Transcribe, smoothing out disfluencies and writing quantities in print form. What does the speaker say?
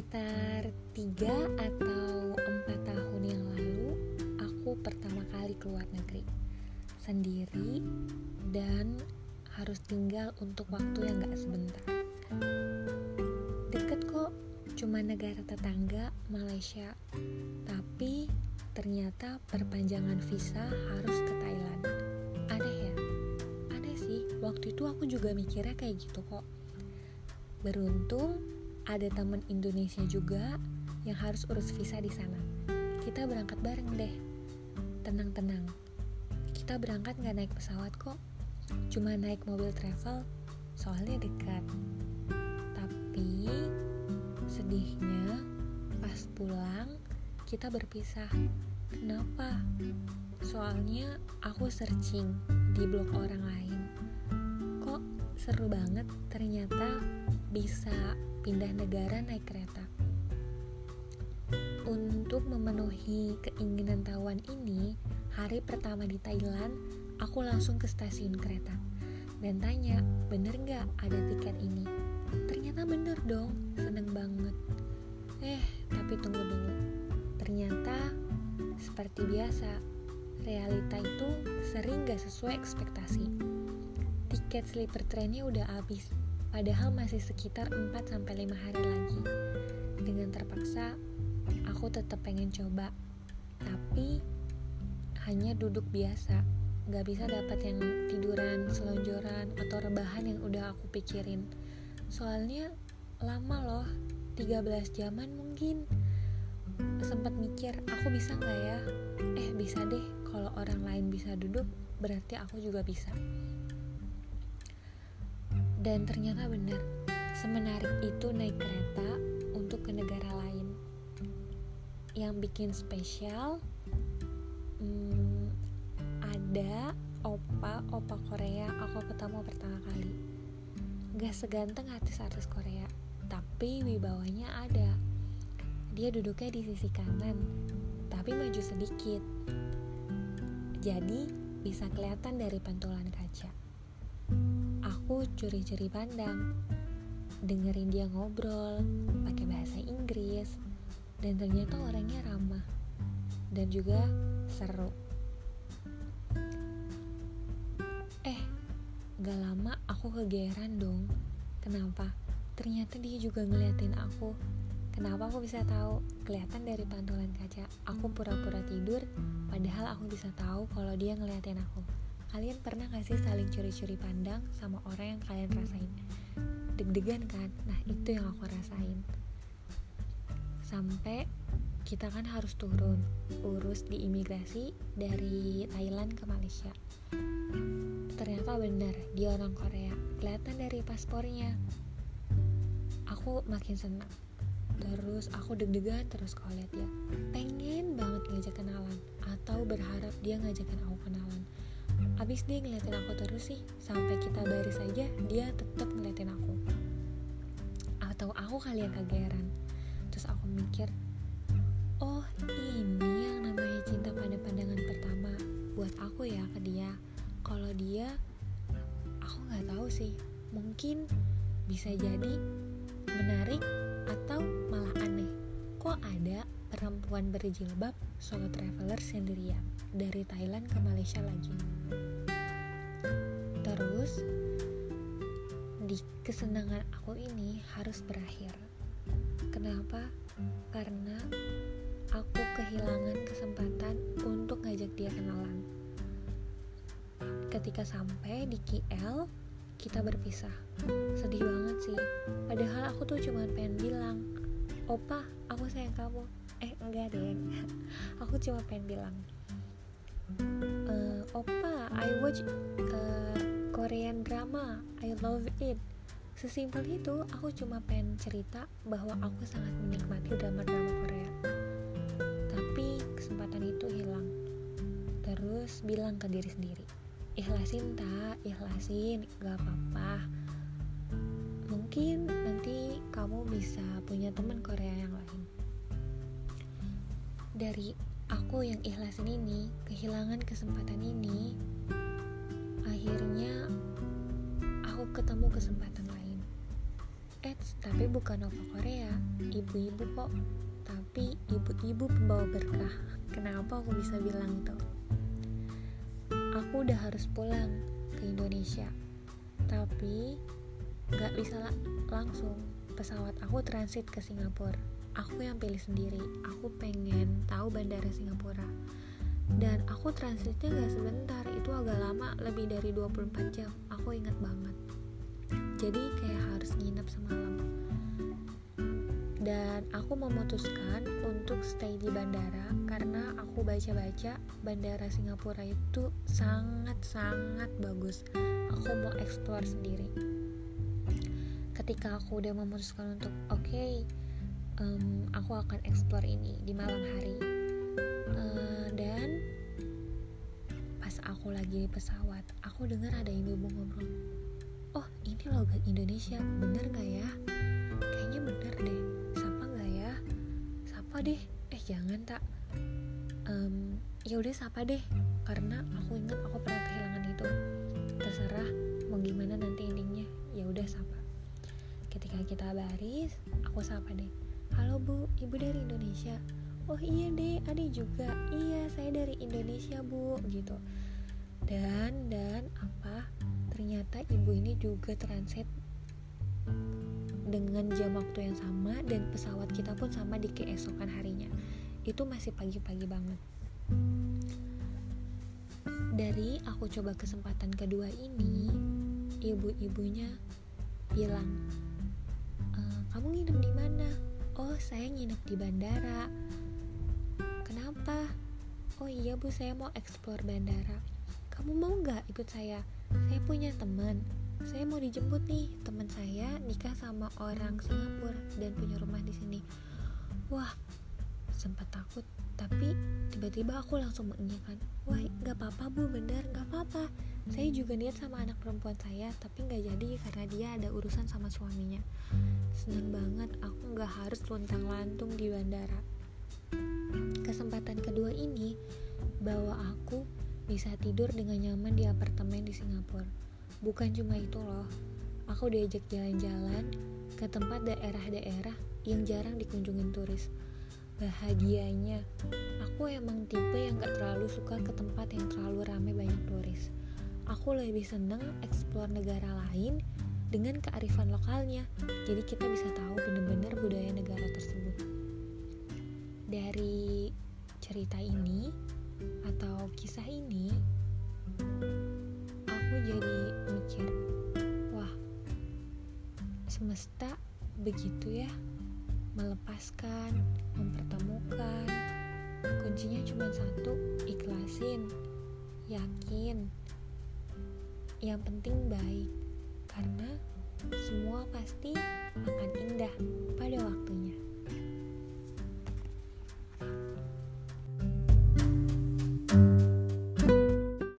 Sekitar 3 atau 4 tahun yang lalu, aku pertama kali keluar negeri sendiri dan harus tinggal untuk waktu yang gak sebentar. Deket kok, cuma negara tetangga Malaysia. Tapi ternyata perpanjangan visa harus ke Thailand. Aneh ya? Aneh sih, waktu itu aku juga mikirnya kayak gitu kok. Beruntung ada teman Indonesia juga yang harus urus visa di sana. Kita berangkat bareng deh. Tenang-tenang. Kita berangkat gak naik pesawat kok. Cuma naik mobil travel, soalnya dekat. Tapi sedihnya pas pulang kita berpisah. Kenapa? Soalnya aku searching di blog orang lain. Kok seru banget ternyata bisa pindah negara naik kereta. Untuk memenuhi keinginan tawan ini, hari pertama di Thailand, aku langsung ke stasiun kereta dan tanya, bener gak ada tiket ini? Ternyata bener dong, seneng banget. Tapi tunggu dulu. Ternyata seperti biasa, realita itu sering gak sesuai ekspektasi. Tiket sleeper trainnya udah habis, padahal masih sekitar 4-5 hari lagi. Dengan terpaksa, aku tetap pengen coba. Tapi hanya duduk biasa. Gak bisa dapat yang tiduran, selonjoran, atau rebahan yang udah aku pikirin. Soalnya lama loh, 13 jaman mungkin. Sempat mikir, aku bisa gak ya? Bisa deh, kalau orang lain bisa duduk, berarti aku juga bisa. Dan ternyata benar, semenarik itu naik kereta untuk ke negara lain. Yang bikin spesial, ada opa Korea aku ketemu pertama kali. Gak seganteng artis-artis Korea, tapi wibawanya ada. Dia duduknya di sisi kanan, tapi maju sedikit. Jadi bisa kelihatan dari pantulan kaca. Aku curi-curi pandang, dengerin dia ngobrol pakai bahasa Inggris, dan ternyata orangnya ramah dan juga seru. Gak lama aku kegeeran dong. Kenapa? Ternyata dia juga ngeliatin aku. Kenapa aku bisa tahu? Kelihatan dari pantulan kaca. Aku pura-pura tidur, padahal aku bisa tahu kalau dia ngeliatin aku. Kalian pernah gak sih saling curi-curi pandang sama orang yang kalian rasain? Deg-degan kan? Nah, itu yang aku rasain. Sampai kita kan harus turun, urus di imigrasi dari Thailand ke Malaysia. Ternyata benar, dia orang Korea. Kelihatan dari paspornya. Aku makin senang. Terus aku deg-degan terus kalau lihat dia. Pengen banget ngajak kenalan, atau berharap dia ngajakin aku kenalan. Abis dia ngeliatin aku terus sih, sampai kita baris aja dia tetap ngeliatin aku. Atau aku kali yang kegeeran. Terus aku mikir, oh ini yang namanya cinta pada pandangan pertama. Buat aku ya ke dia. Kalau dia, aku gak tahu sih. Mungkin bisa jadi menarik atau malah aneh. Kok ada perempuan berjilbab solo traveler sendirian dari Thailand ke Malaysia lagi? Terus di kesenangan aku ini harus berakhir. Kenapa? Karena aku kehilangan kesempatan untuk ngajak dia kenalan. Ketika sampai di KL, kita berpisah. Sedih banget sih. Padahal aku tuh cuma pengen bilang, "Opa, aku sayang kamu." Enggak deh. Aku cuma pengen bilang, "Opa, I watch Korean drama. I love it." Sesimpel itu, aku cuma pengen cerita bahwa aku sangat menikmati drama-drama Korea. Tapi kesempatan itu hilang. Terus bilang ke diri sendiri, ikhlasin gak apa-apa. Mungkin nanti kamu bisa punya teman Korea yang lain. Dari aku yang ikhlasin ini, kehilangan kesempatan ini, akhirnya aku ketemu kesempatan lain. Tapi bukan Nova Korea, ibu-ibu kok, tapi ibu-ibu pembawa berkah. Kenapa aku bisa bilang itu? Aku udah harus pulang ke Indonesia, tapi gak bisa langsung. Pesawat aku transit ke Singapura. Aku yang pilih sendiri. Aku pengen tahu bandara Singapura. Dan aku transitnya gak sebentar, itu agak lama, lebih dari 24 jam. Aku ingat banget. Jadi kayak harus nginep semalam. Dan aku memutuskan untuk stay di bandara karena aku baca-baca bandara Singapura itu sangat-sangat bagus. Aku mau explore sendiri. Ketika aku udah memutuskan untuk aku akan explore ini di malam hari, dan pas aku lagi di pesawat, aku dengar ada ibu-ibu ngobrol. Oh, ini logat Indonesia, bener gak ya? Kayaknya bener deh. Sapa gak ya? Sapa deh. Jangan tak. Ya udah sapa deh. Karena aku ingat aku pernah kehilangan itu. Terserah mau gimana nanti endingnya. Ya udah sapa. Ketika kita baris, aku sapa deh. Halo Bu, Ibu dari Indonesia. Oh iya deh, adik juga. Iya, saya dari Indonesia Bu, gitu. Dan ternyata ibu ini juga transit dengan jam waktu yang sama, dan pesawat kita pun sama di keesokan harinya. Itu masih pagi-pagi banget. Dari aku coba kesempatan kedua ini, ibu-ibunya bilang, kamu nginep di mana? Oh, saya nginep di bandara. Kenapa? Oh iya Bu, saya mau explore bandara. Kamu mau gak ikut saya? Saya punya teman. Saya mau dijemput nih. Teman saya nikah sama orang Singapura dan punya rumah di sini. Wah, sempat takut, tapi tiba-tiba aku langsung mengiyakan. Wah, gak apa-apa Bu, bener, gak apa-apa. Saya juga niat sama anak perempuan saya, tapi gak jadi karena dia ada urusan sama suaminya. Senang banget, aku gak harus luntang-lantung di bandara. Kesempatan kedua ini bawa aku bisa tidur dengan nyaman di apartemen di Singapura. Bukan cuma itu loh, aku diajak jalan-jalan ke tempat daerah-daerah yang jarang dikunjungin turis. Bahagianya, aku emang tipe yang gak terlalu suka ke tempat yang terlalu ramai banyak turis. Aku lebih seneng explore negara lain dengan kearifan lokalnya, jadi kita bisa tahu bener-bener budaya negara tersebut. Dari cerita ini atau kisah ini, aku jadi mikir, wah, semesta begitu ya, melepaskan, mempertemukan. Kuncinya cuma satu, ikhlasin, yakin, yang penting baik, karena semua pasti akan indah.